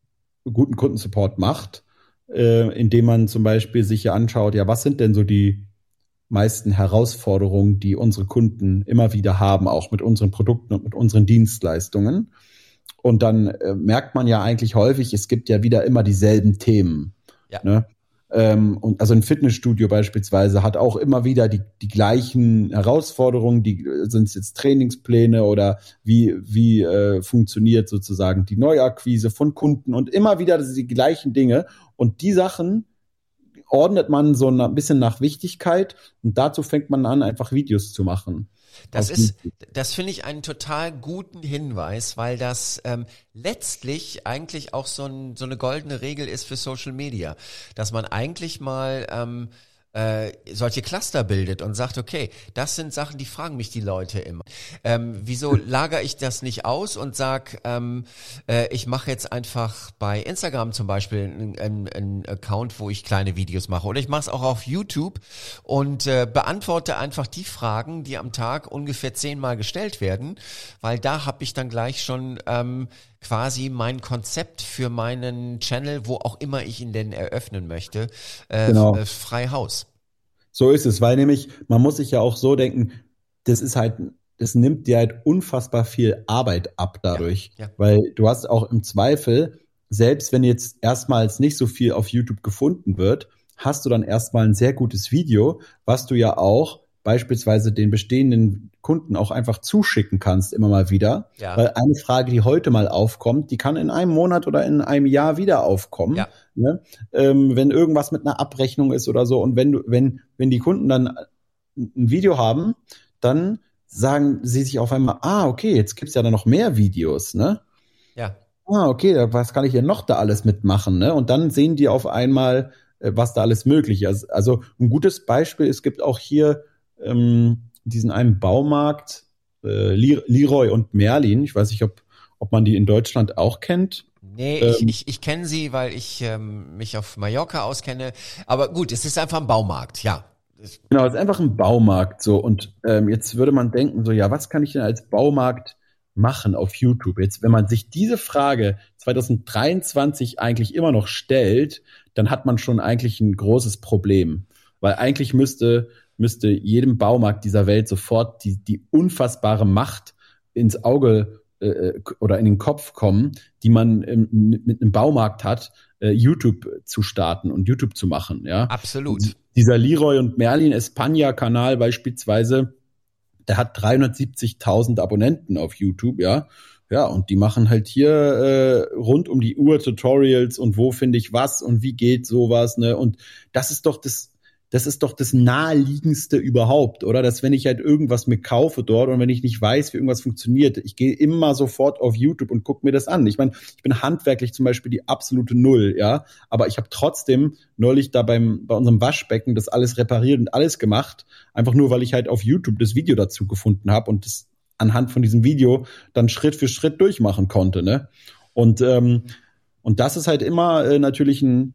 Speaker 2: guten Kundensupport macht, äh, indem man zum Beispiel sich ja anschaut, ja, was sind denn so die meisten Herausforderungen, die unsere Kunden immer wieder haben, auch mit unseren Produkten und mit unseren Dienstleistungen. Und dann äh, merkt man ja eigentlich häufig, es gibt ja wieder immer dieselben Themen.
Speaker 1: Ja.
Speaker 2: Ne? Ähm, und also ein Fitnessstudio beispielsweise hat auch immer wieder die, die gleichen Herausforderungen, die sind es jetzt Trainingspläne oder wie, wie äh, funktioniert sozusagen die Neuakquise von Kunden und immer wieder die gleichen Dinge. Und die Sachen ordnet man so ein bisschen nach Wichtigkeit und dazu fängt man an, einfach Videos zu machen.
Speaker 1: Das ist, das finde ich einen total guten Hinweis, weil das ähm, letztlich eigentlich auch so, ein, so eine goldene Regel ist für Social Media, dass man eigentlich mal ähm, äh, solche Cluster bildet und sagt, okay, das sind Sachen, die fragen mich die Leute immer. Ähm, wieso lagere ich das nicht aus und sag, ähm, äh, ich mache jetzt einfach bei Instagram zum Beispiel einen, einen, einen Account, wo ich kleine Videos mache, oder ich mache es auch auf YouTube und äh, beantworte einfach die Fragen, die am Tag ungefähr zehnmal gestellt werden, weil da habe ich dann gleich schon ähm, quasi mein Konzept für meinen Channel, wo auch immer ich ihn denn eröffnen möchte, äh,
Speaker 2: Genau.
Speaker 1: äh, frei Haus.
Speaker 2: So ist es, weil nämlich, man muss sich ja auch so denken, das ist halt, das nimmt dir halt unfassbar viel Arbeit ab dadurch.
Speaker 1: Ja, ja.
Speaker 2: Weil du hast auch im Zweifel, selbst wenn jetzt erstmals nicht so viel auf YouTube gefunden wird, hast du dann erstmal ein sehr gutes Video, was du ja auch beispielsweise den bestehenden Kunden auch einfach zuschicken kannst, immer mal wieder.
Speaker 1: Ja.
Speaker 2: Weil eine Frage, die heute mal aufkommt, die kann in einem Monat oder in einem Jahr wieder aufkommen.
Speaker 1: Ja.
Speaker 2: Ne? Ähm, wenn irgendwas mit einer Abrechnung ist oder so. Und wenn du, wenn, wenn die Kunden dann ein Video haben, dann sagen sie sich auf einmal, ah, okay, jetzt gibt's ja da noch mehr Videos, ne?
Speaker 1: Ja.
Speaker 2: Ah, okay, was kann ich denn noch da alles mitmachen, ne? Und dann sehen die auf einmal, was da alles möglich ist. Also ein gutes Beispiel, es gibt auch hier ähm, diesen einen Baumarkt, äh, Leroy und Merlin. Ich weiß nicht, ob, ob man die in Deutschland auch kennt.
Speaker 1: Nee,
Speaker 2: ähm,
Speaker 1: ich, ich, ich kenne sie, weil ich ähm, mich auf Mallorca auskenne. Aber gut, es ist einfach ein Baumarkt, ja.
Speaker 2: Genau, es ist einfach ein Baumarkt so. Und ähm, jetzt würde man denken, so, ja, was kann ich denn als Baumarkt machen auf YouTube? Jetzt, wenn man sich diese Frage zwanzig dreiundzwanzig eigentlich immer noch stellt, dann hat man schon eigentlich ein großes Problem. Weil eigentlich müsste müsste jedem Baumarkt dieser Welt sofort die, die unfassbare Macht ins Auge äh, oder in den Kopf kommen, die man ähm, mit, mit einem Baumarkt hat, äh, YouTube zu starten und YouTube zu machen. Ja,
Speaker 1: absolut.
Speaker 2: Und dieser Leroy und Merlin España-Kanal beispielsweise, der hat dreihundertsiebzigtausend Abonnenten auf YouTube, ja. Ja, und die machen halt hier äh, rund um die Uhr Tutorials und wo finde ich was und wie geht sowas, ne? Und das ist doch das Das ist doch das Naheliegendste überhaupt, oder? Dass wenn ich halt irgendwas mir kaufe dort und wenn ich nicht weiß, wie irgendwas funktioniert, ich gehe immer sofort auf YouTube und gucke mir das an. Ich meine, ich bin handwerklich zum Beispiel die absolute Null, ja. Aber ich habe trotzdem neulich da beim bei unserem Waschbecken das alles repariert und alles gemacht, einfach nur, weil ich halt auf YouTube das Video dazu gefunden habe und das anhand von diesem Video dann Schritt für Schritt durchmachen konnte, ne? Und ähm, und das ist halt immer äh, natürlich ein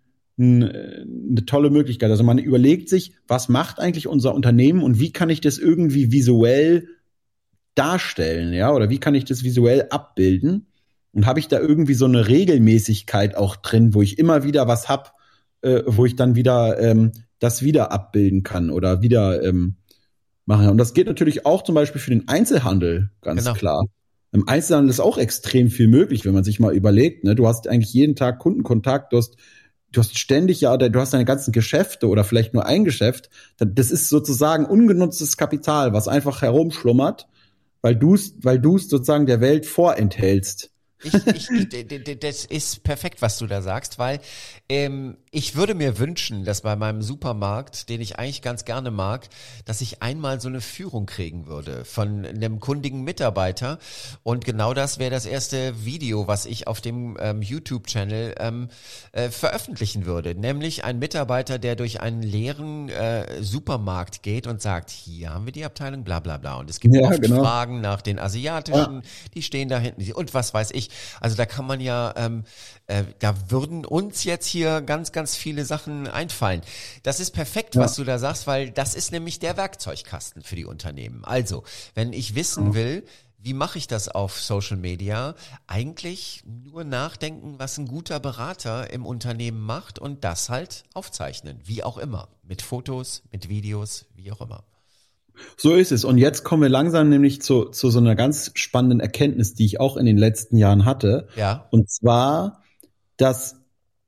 Speaker 2: eine tolle Möglichkeit. Also man überlegt sich, was macht eigentlich unser Unternehmen und wie kann ich das irgendwie visuell darstellen, ja, oder wie kann ich das visuell abbilden? Und habe ich da irgendwie so eine Regelmäßigkeit auch drin, wo ich immer wieder was hab, äh, wo ich dann wieder ähm, das wieder abbilden kann oder wieder ähm, machen. Und das geht natürlich auch zum Beispiel für den Einzelhandel, ganz
Speaker 1: Genau.
Speaker 2: klar. Im Einzelhandel ist auch extrem viel möglich, wenn man sich mal überlegt, ne? Du hast eigentlich jeden Tag Kundenkontakt, du hast Du hast ständig ja, du hast deine ganzen Geschäfte oder vielleicht nur ein Geschäft. Das ist sozusagen ungenutztes Kapital, was einfach herumschlummert, weil du es, weil du es sozusagen der Welt vorenthältst.
Speaker 1: Ich, ich, ich, das ist perfekt, was du da sagst, weil ähm, ich würde mir wünschen, dass bei meinem Supermarkt, den ich eigentlich ganz gerne mag, dass ich einmal so eine Führung kriegen würde von einem kundigen Mitarbeiter. Und genau das wäre das erste Video, was ich auf dem ähm, YouTube-Channel ähm, äh, veröffentlichen würde. Nämlich ein Mitarbeiter, der durch einen leeren äh, Supermarkt geht und sagt, hier haben wir die Abteilung, bla bla bla. Und es gibt
Speaker 2: Ja,
Speaker 1: oft
Speaker 2: genau.
Speaker 1: Fragen nach den asiatischen,
Speaker 2: Ja.
Speaker 1: die stehen da hinten und was weiß ich. Also da kann man ja, ähm, äh, da würden uns jetzt hier ganz, ganz viele Sachen einfallen. Das ist perfekt,
Speaker 2: Ja.
Speaker 1: was du da sagst, weil das ist nämlich der Werkzeugkasten für die Unternehmen. Also, wenn ich wissen will, wie mache ich das auf Social Media? Eigentlich nur nachdenken, was ein guter Berater im Unternehmen macht und das halt aufzeichnen, wie auch immer. Mit Fotos, mit Videos, wie auch immer.
Speaker 2: So ist es. Und jetzt kommen wir langsam nämlich zu, zu so einer ganz spannenden Erkenntnis, die ich auch in den letzten Jahren hatte.
Speaker 1: Ja.
Speaker 2: Und zwar, dass,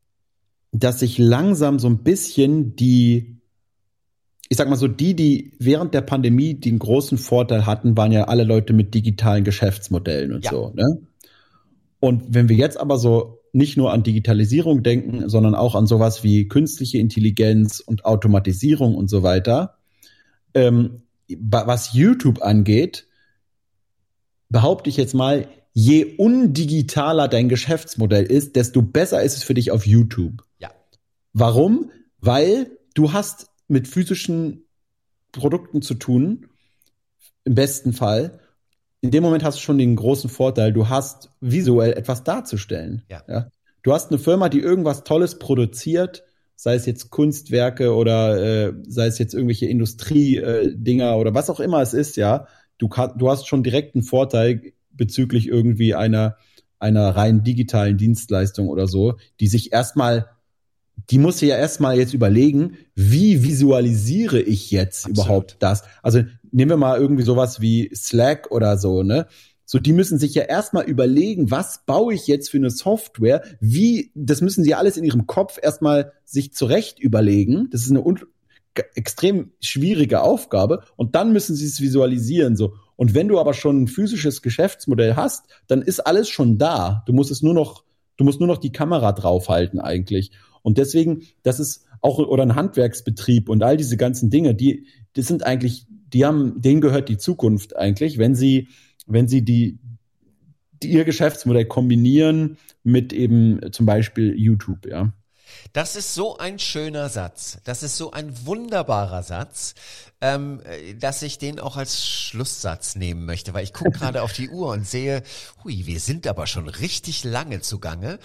Speaker 2: dass sich langsam so ein bisschen die, ich sag mal so, die, die während der Pandemie den großen Vorteil hatten, waren ja alle Leute mit digitalen Geschäftsmodellen und
Speaker 1: Ja.
Speaker 2: so, ne? Und wenn wir jetzt aber so nicht nur an Digitalisierung denken, sondern auch an sowas wie künstliche Intelligenz und Automatisierung und so weiter, ähm, was YouTube angeht, behaupte ich jetzt mal, je undigitaler dein Geschäftsmodell ist, desto besser ist es für dich auf YouTube.
Speaker 1: Ja.
Speaker 2: Warum? Weil du hast mit physischen Produkten zu tun, im besten Fall. In dem Moment hast du schon den großen Vorteil, du hast visuell etwas darzustellen.
Speaker 1: Ja.
Speaker 2: Ja? Du hast eine Firma, die irgendwas Tolles produziert, sei es jetzt Kunstwerke oder äh, sei es jetzt irgendwelche Industriedinger äh, oder was auch immer es ist, ja. Du, du hast schon direkt einen Vorteil bezüglich irgendwie einer, einer rein digitalen Dienstleistung oder so, die sich erstmal, die muss ja erstmal jetzt überlegen, wie visualisiere ich jetzt
Speaker 1: Absolut.
Speaker 2: überhaupt das? Also nehmen wir mal irgendwie sowas wie Slack oder so, ne? So, die müssen sich ja erstmal überlegen, was baue ich jetzt für eine Software? Wie, das müssen sie alles in ihrem Kopf erstmal sich zurecht überlegen. Das ist eine un- extrem schwierige Aufgabe. Und dann müssen sie es visualisieren, so. Und wenn du aber schon ein physisches Geschäftsmodell hast, dann ist alles schon da. Du musst es nur noch, du musst nur noch die Kamera draufhalten eigentlich. Und deswegen, das ist auch, oder ein Handwerksbetrieb und all diese ganzen Dinge, die, das sind eigentlich, die haben, denen gehört die Zukunft eigentlich, wenn sie, wenn sie die, die ihr Geschäftsmodell kombinieren mit eben zum Beispiel YouTube, ja.
Speaker 1: Das ist so ein schöner Satz. Das ist so ein wunderbarer Satz, ähm, dass ich den auch als Schlusssatz nehmen möchte, weil ich gucke gerade auf die Uhr und sehe, hui, wir sind aber schon richtig lange zugange,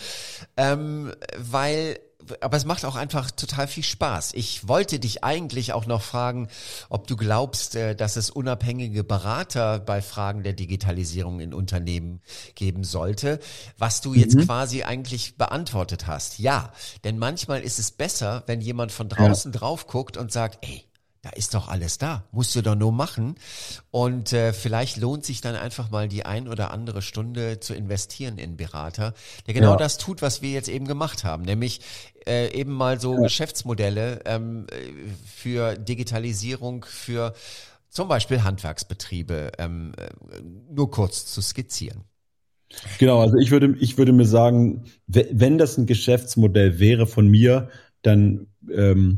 Speaker 1: ähm, weil aber es macht auch einfach total viel Spaß. Ich wollte dich eigentlich auch noch fragen, ob du glaubst, dass es unabhängige Berater bei Fragen der Digitalisierung in Unternehmen geben sollte, was du jetzt mhm. quasi eigentlich beantwortet hast. Ja, denn manchmal ist es besser, wenn jemand von draußen ja. drauf guckt und sagt, ey, da ist doch alles da, musst du doch nur machen. Und äh, vielleicht lohnt sich dann einfach mal die ein oder andere Stunde zu investieren in Berater, der genau ja. das tut, was wir jetzt eben gemacht haben, nämlich äh, eben mal so ja. Geschäftsmodelle ähm, für Digitalisierung, für zum Beispiel Handwerksbetriebe ähm, nur kurz zu skizzieren.
Speaker 2: Genau, also ich würde, ich würde mir sagen, wenn das ein Geschäftsmodell wäre von mir, dann ähm,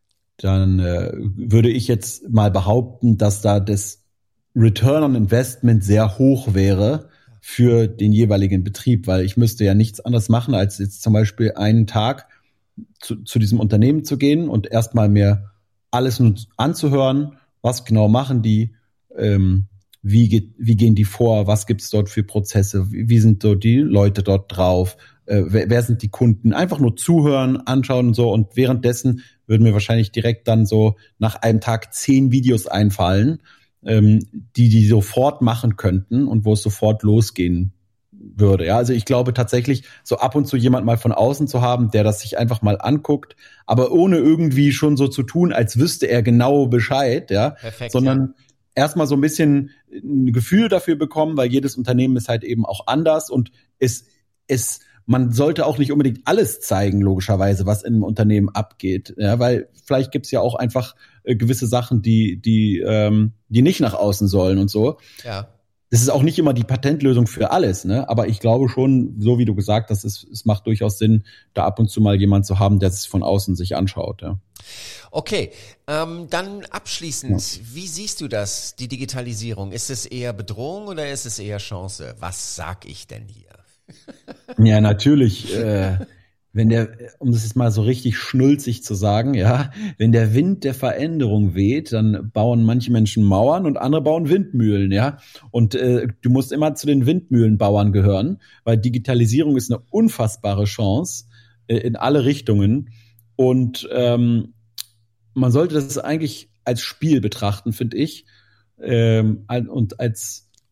Speaker 2: dann äh, würde ich jetzt mal behaupten, dass da das Return on Investment sehr hoch wäre für den jeweiligen Betrieb, weil ich müsste ja nichts anderes machen, als jetzt zum Beispiel einen Tag zu, zu diesem Unternehmen zu gehen und erstmal mir alles anzuhören, was genau machen die, ähm, wie geht, wie gehen die vor, was gibt's dort für Prozesse, wie, wie sind so die Leute dort drauf, äh, wer, wer sind die Kunden, einfach nur zuhören, anschauen und so, und währenddessen würden mir wahrscheinlich direkt dann so nach einem Tag zehn Videos einfallen, ähm, die die sofort machen könnten und wo es sofort losgehen würde. Ja, also ich glaube tatsächlich, so ab und zu jemand mal von außen zu haben, der das sich einfach mal anguckt, aber ohne irgendwie schon so zu tun, als wüsste er genau Bescheid, ja,
Speaker 1: Perfekt,
Speaker 2: sondern
Speaker 1: ja.
Speaker 2: erstmal so ein bisschen ein Gefühl dafür bekommen, weil jedes Unternehmen ist halt eben auch anders und es, es, man sollte auch nicht unbedingt alles zeigen, logischerweise, was in einem Unternehmen abgeht, ja, weil vielleicht gibt's ja auch einfach äh, gewisse Sachen, die, die, ähm, die nicht nach außen sollen und so.
Speaker 1: Ja.
Speaker 2: Das ist auch nicht immer die Patentlösung für alles, ne? Aber ich glaube schon, so wie du gesagt hast, es, es macht durchaus Sinn, da ab und zu mal jemand zu haben, der es von außen sich anschaut, ja.
Speaker 1: Okay, ähm, dann abschließend, ja. Wie siehst du das, die Digitalisierung? Ist es eher Bedrohung oder ist es eher Chance? Was sag ich denn hier?
Speaker 2: Ja, natürlich, äh, wenn der, um das jetzt mal so richtig schnulzig zu sagen, ja, wenn der Wind der Veränderung weht, dann bauen manche Menschen Mauern und andere bauen Windmühlen, ja. Und äh, du musst immer zu den Windmühlenbauern gehören, weil Digitalisierung ist eine unfassbare Chance äh, in alle Richtungen. Und ähm, man sollte das eigentlich als Spiel betrachten, finde ich, ähm, und als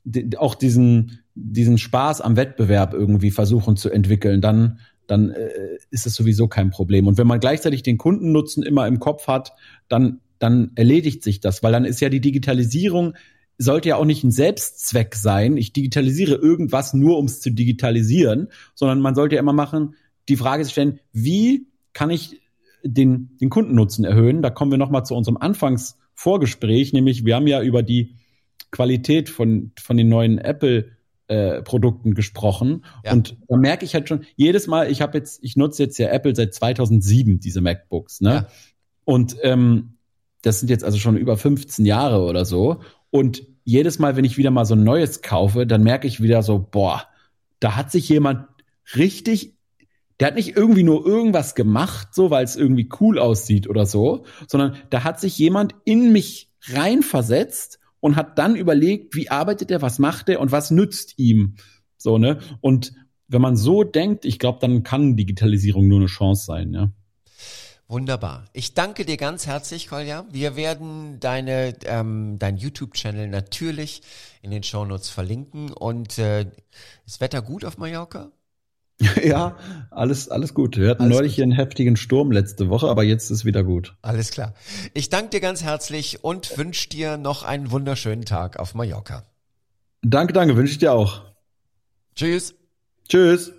Speaker 2: die, auch diesen, diesen Spaß am Wettbewerb irgendwie versuchen zu entwickeln, dann, dann äh, ist es sowieso kein Problem. Und wenn man gleichzeitig den Kundennutzen immer im Kopf hat, dann, dann erledigt sich das, weil dann ist ja die Digitalisierung sollte ja auch nicht ein Selbstzweck sein. Ich digitalisiere irgendwas nur, um es zu digitalisieren, sondern man sollte ja immer machen, die Frage stellen, wie kann ich den, den Kundennutzen erhöhen? Da kommen wir nochmal zu unserem Anfangsvorgespräch, nämlich wir haben ja über die Qualität von, von den neuen Apple äh, Produkten gesprochen. Ja. Und da merke ich halt schon, jedes Mal, ich habe jetzt, ich nutze jetzt ja Apple seit zweitausendsieben, diese MacBooks, ne? Ja. Und ähm, das sind jetzt also schon über fünfzehn Jahre oder so. Und jedes Mal, wenn ich wieder mal so ein neues kaufe, dann merke ich wieder so, boah, da hat sich jemand richtig, der hat nicht irgendwie nur irgendwas gemacht, so weil es irgendwie cool aussieht oder so, sondern da hat sich jemand in mich reinversetzt und hat dann überlegt, wie arbeitet er, was macht er und was nützt ihm. So, ne? Und wenn man so denkt, ich glaube, dann kann Digitalisierung nur eine Chance sein, ja.
Speaker 1: Wunderbar. Ich danke dir ganz herzlich, Kolja. Wir werden deine ähm, dein YouTube-Channel natürlich in den Shownotes verlinken. Und äh, ist Wetter gut auf Mallorca?
Speaker 2: Ja, alles alles gut. Wir hatten alles neulich gut. Einen heftigen Sturm letzte Woche, aber jetzt ist wieder gut.
Speaker 1: Alles klar. Ich danke dir ganz herzlich und wünsche dir noch einen wunderschönen Tag auf Mallorca.
Speaker 2: Danke, danke. Wünsche ich dir auch.
Speaker 1: Tschüss.
Speaker 2: Tschüss.